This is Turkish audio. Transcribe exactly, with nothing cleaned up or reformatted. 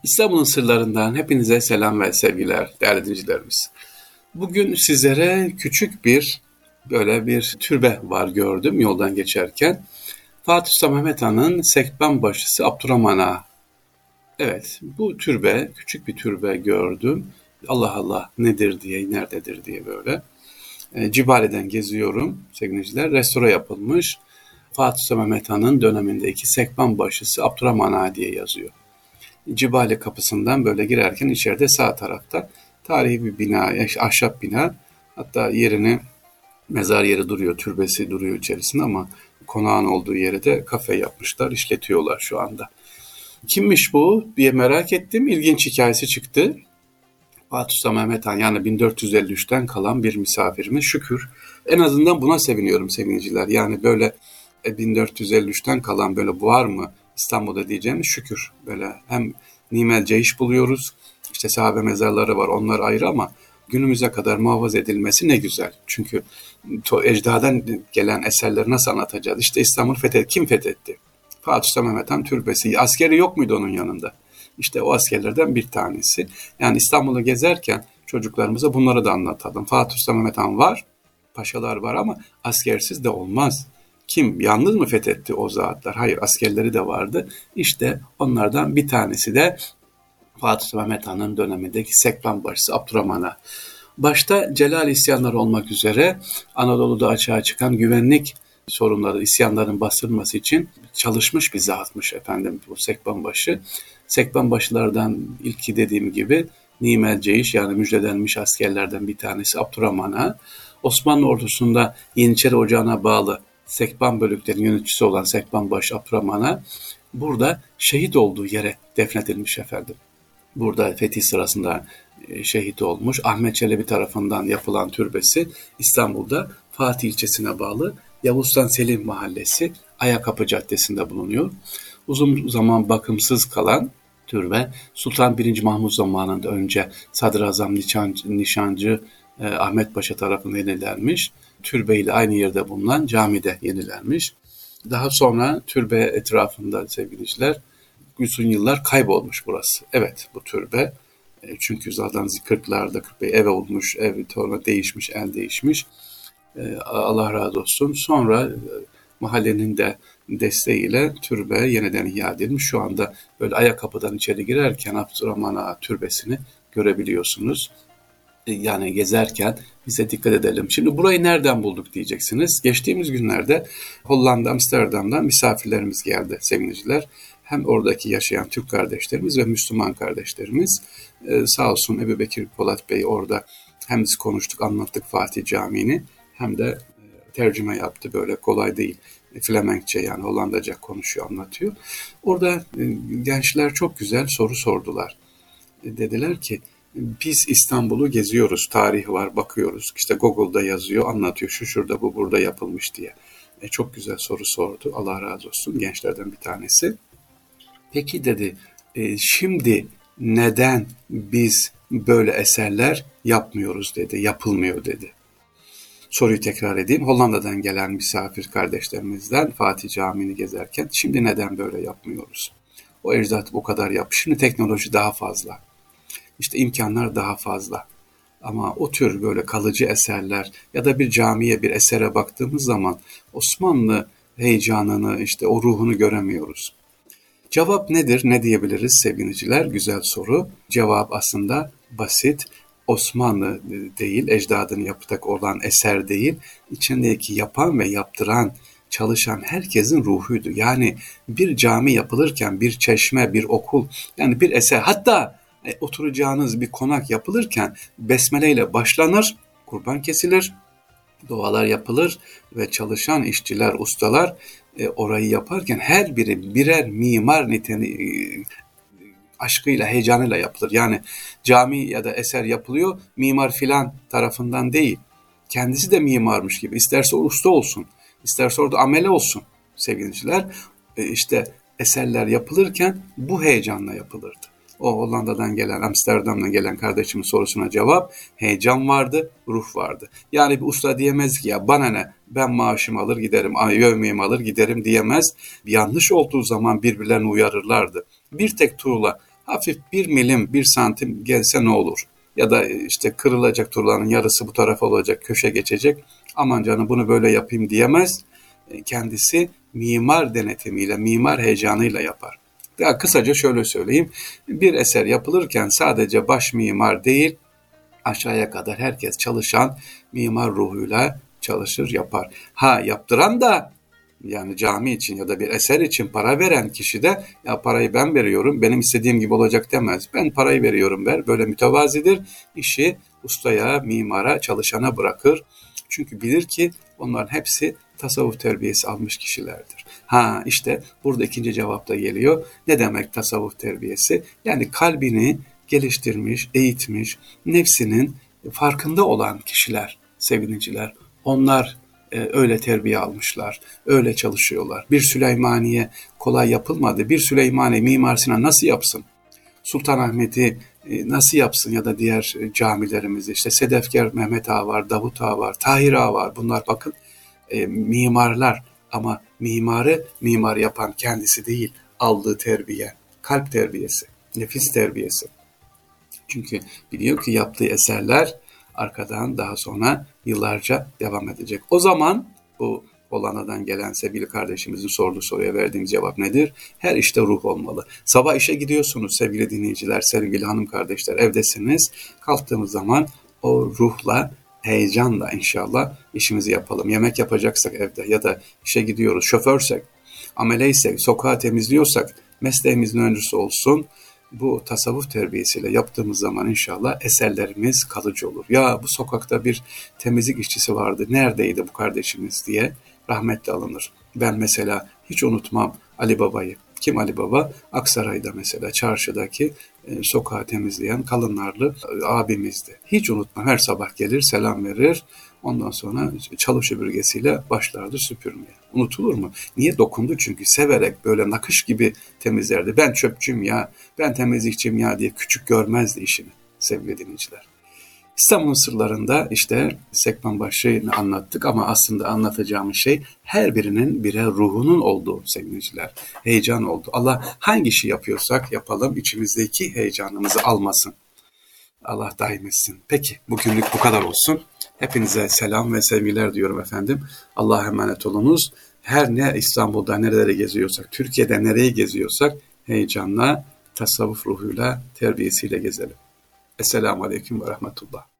İstanbul'un sırlarından hepinize selam ve sevgiler değerli dinleyicilerimiz. Bugün sizlere küçük bir böyle bir türbe var gördüm yoldan geçerken. Fatih Sultan Mehmet Han'ın sekban başısı Abdurrahman Ağa. Evet, bu türbe, küçük bir türbe gördüm. Allah Allah nedir diye, nerededir diye böyle. E, Cibali'den geziyorum sevgili dinleyiciler. Restore yapılmış. Fatih Sultan Mehmet Han'ın dönemindeki sekban başısı Abdurrahman Ağa diye yazıyor. Cibali kapısından böyle girerken içeride sağ tarafta tarihi bir bina, ahşap bina. Hatta yerini, mezar yeri duruyor, türbesi duruyor içerisinde ama konağın olduğu yere de kafe yapmışlar, işletiyorlar şu anda. Kimmiş bu diye merak ettim. İlginç hikayesi çıktı. Fatih Sultan Mehmet Han, yani bin dört yüz elli üçten kalan bir misafirimiz, şükür. En azından buna seviniyorum sevgiliciler. Yani böyle bin dört yüz elli üçten kalan böyle var mı İstanbul'da diyeceğimiz, şükür. Böyle hem Nimel Ceyş buluyoruz, işte sahabe mezarları var, onlar ayrı ama günümüze kadar muhafaza edilmesi ne güzel. Çünkü ecdadan gelen eserleri nasıl anlatacağız? İşte İstanbul fethetti. Kim fethetti? Fatih Sultan Mehmet Han türbesi. Askeri yok muydu onun yanında? İşte o askerlerden bir tanesi. Yani İstanbul'u gezerken çocuklarımıza bunları da anlatalım. Fatih Sultan Mehmet Han var, paşalar var ama askersiz de olmaz. Kim? Yalnız mı fethetti o zatlar? Hayır, askerleri de vardı. İşte onlardan bir tanesi de Fatih Sultan Mehmet Han'ın dönemindeki sekban başısı Abdurrahman Ağa. Başta Celal isyanları olmak üzere Anadolu'da açığa çıkan güvenlik sorunları, isyanların bastırılması için çalışmış bir zatmış efendim bu sekbanbaşı. Sekbanbaşılardan ilki dediğim gibi Nimel Ceyş, yani müjdelenmiş askerlerden bir tanesi Abdurrahman Ağa. Osmanlı ordusunda Yeniçeri Ocağı'na bağlı sekban bölüklerinin yöneticisi olan sekbanbaşı Abdurrahman Ağa burada şehit olduğu yere defnedilmiş efendim. Burada fetih sırasında şehit olmuş. Ahmet Çelebi tarafından yapılan türbesi İstanbul'da Fatih ilçesine bağlı Yavuz Sultan Selim Mahallesi Ayakapı Caddesi'nde bulunuyor. Uzun zaman bakımsız kalan türbe Sultan birinci. Mahmud zamanında önce Sadrazam Nişancı, Nişancı e, Ahmet Paşa tarafından yenilenmiş. Türbe ile aynı yerde bulunan camide yenilenmiş. Daha sonra türbe etrafında sevgiliciler uzun yıllar kaybolmuş burası. Evet, bu türbe. E, çünkü zaten kırklarda kırk beş ev olmuş, ev sonra değişmiş, el değişmiş. E, Allah razı olsun. Sonra e, mahallenin de desteğiyle türbe yeniden ihya edilmiş. Şu anda böyle Ayakkapı'dan içeri girerken Abdurrahman Ağa türbesini görebiliyorsunuz. E, yani gezerken bize dikkat edelim. Şimdi burayı nereden bulduk diyeceksiniz. Geçtiğimiz günlerde Hollanda, Amsterdam'dan misafirlerimiz geldi sevgiliciler. Hem oradaki yaşayan Türk kardeşlerimiz ve Müslüman kardeşlerimiz. Ee, sağ olsun Ebubekir Polat Bey orada hem biz konuştuk, anlattık Fatih Camii'ni, hem de e, tercüme yaptı, böyle kolay değil. E, Flemenkçe, yani Hollandaca konuşuyor, anlatıyor. Orada e, gençler çok güzel soru sordular. E, dediler ki biz İstanbul'u geziyoruz, tarih var, bakıyoruz. İşte Google'da yazıyor, anlatıyor, şu şurada bu burada yapılmış diye. E, çok güzel soru sordu, Allah razı olsun, gençlerden bir tanesi. Peki dedi, e, şimdi neden biz böyle eserler yapmıyoruz dedi, yapılmıyor dedi. Soruyu tekrar edeyim. Hollanda'dan gelen misafir kardeşlerimizden Fatih Camii'ni gezerken şimdi neden böyle yapmıyoruz? O ecdat bu kadar yapmış. Şimdi teknoloji daha fazla. İşte imkanlar daha fazla. Ama o tür böyle kalıcı eserler ya da bir camiye, bir esere baktığımız zaman Osmanlı heyecanını, işte o ruhunu göremiyoruz. Cevap nedir, ne diyebiliriz sevgiliciler? Güzel soru. Cevap aslında basit. Osmanlı değil, ecdadını yapacak olan eser değil, içindeki yapan ve yaptıran, çalışan herkesin ruhuydu. Yani bir cami yapılırken, bir çeşme, bir okul, yani bir eser, hatta e, oturacağınız bir konak yapılırken besmele ile başlanır, kurban kesilir, dualar yapılır ve çalışan işçiler, ustalar e, orayı yaparken her biri birer mimar niteliği, aşkıyla, heyecanıyla yapılır. Yani cami ya da eser yapılıyor, mimar filan tarafından değil. Kendisi de mimarmış gibi. İsterse usta olsun, isterse orada amele olsun sevgiliciler. E işte eserler yapılırken bu heyecanla yapılırdı. O Hollanda'dan gelen, Amsterdam'dan gelen kardeşimin sorusuna cevap, heyecan vardı, ruh vardı. Yani bir usta diyemez ki ya bana ne, ben maaşımı alır giderim, yevmiyemi alır giderim diyemez. Bir yanlış olduğu zaman birbirlerini uyarırlardı. Bir tek tuğla, hafif bir milim, bir santim gelse ne olur? Ya da işte kırılacak tuğlanın yarısı bu tarafa olacak, köşe geçecek. Aman canım bunu böyle yapayım diyemez. Kendisi mimar denetimiyle, mimar heyecanıyla yapar. Daha kısaca şöyle söyleyeyim. Bir eser yapılırken sadece baş mimar değil, aşağıya kadar herkes çalışan mimar ruhuyla çalışır, yapar. Ha yaptıran da yani cami için ya da bir eser için para veren kişi de ya parayı ben veriyorum, benim istediğim gibi olacak demez. Ben parayı veriyorum der, böyle mütevazidir. İşi ustaya, mimara, çalışana bırakır. Çünkü bilir ki onların hepsi tasavvuf terbiyesi almış kişilerdir. Ha işte burada ikinci cevap da geliyor. Ne demek tasavvuf terbiyesi? Yani kalbini geliştirmiş, eğitmiş, nefsinin farkında olan kişiler, sevgiliciler. Onlar e, öyle terbiye almışlar, öyle çalışıyorlar. Bir Süleymaniye kolay yapılmadı. Bir Süleymaniye Mimar Sinan nasıl yapsın? Sultanahmet'i e, nasıl yapsın ya da diğer e, camilerimizi işte Sedefkar Mehmet Ağa var, Davut Ağa var, Tahir Ağa var. Bunlar bakın e, mimarlar ama mimarı mimar yapan kendisi değil, aldığı terbiye, kalp terbiyesi, nefis terbiyesi. Çünkü biliyor ki yaptığı eserler arkadan daha sonra yıllarca devam edecek. O zaman bu Hollanda'dan gelen sevgili kardeşimizin sorduğu soruya verdiğim cevap nedir? Her işte ruh olmalı. Sabah işe gidiyorsunuz sevgili dinleyiciler, sevgili hanım kardeşler, evdesiniz. Kalktığımız zaman o ruhla, heyecanla inşallah işimizi yapalım. Yemek yapacaksak evde ya da işe gidiyoruz, şoförsek, ameleysek, sokağı temizliyorsak mesleğimizin öncüsü olsun. Bu tasavvuf terbiyesiyle yaptığımız zaman inşallah eserlerimiz kalıcı olur. Ya bu sokakta bir temizlik işçisi vardı, neredeydi bu kardeşimiz diye rahmetle alınır. Ben mesela hiç unutmam Ali Baba'yı. Kim Ali Baba? Aksaray'da mesela çarşıdaki e, sokağı temizleyen kalınlarlı e, abimizdi. Hiç unutmam, her sabah gelir selam verir. Ondan sonra çalı süpürgesiyle başlardı süpürmeye. Unutulur mu? Niye? Dokundu çünkü. Severek böyle nakış gibi temizlerdi. Ben çöpçüyüm ya, ben temizlikçiyim ya diye küçük görmezdi işini sevgili dinleyiciler. İstanbul'un sırlarında işte Sekbanbaşı'nı anlattık ama aslında anlatacağımız şey her birinin birer ruhunun olduğu sevgili dinleyiciler. Heyecan oldu. Allah hangi işi yapıyorsak yapalım içimizdeki heyecanımızı almasın. Allah daim etsin. Peki bugünlük bu kadar olsun. Hepinize selam ve sevgiler diyorum efendim. Allah'a emanet olunuz. Her ne İstanbul'da nerelere geziyorsak, Türkiye'de nereye geziyorsak heyecanla, tasavvuf ruhuyla, terbiyesiyle gezelim. Esselamu Aleyküm ve Rahmetullah.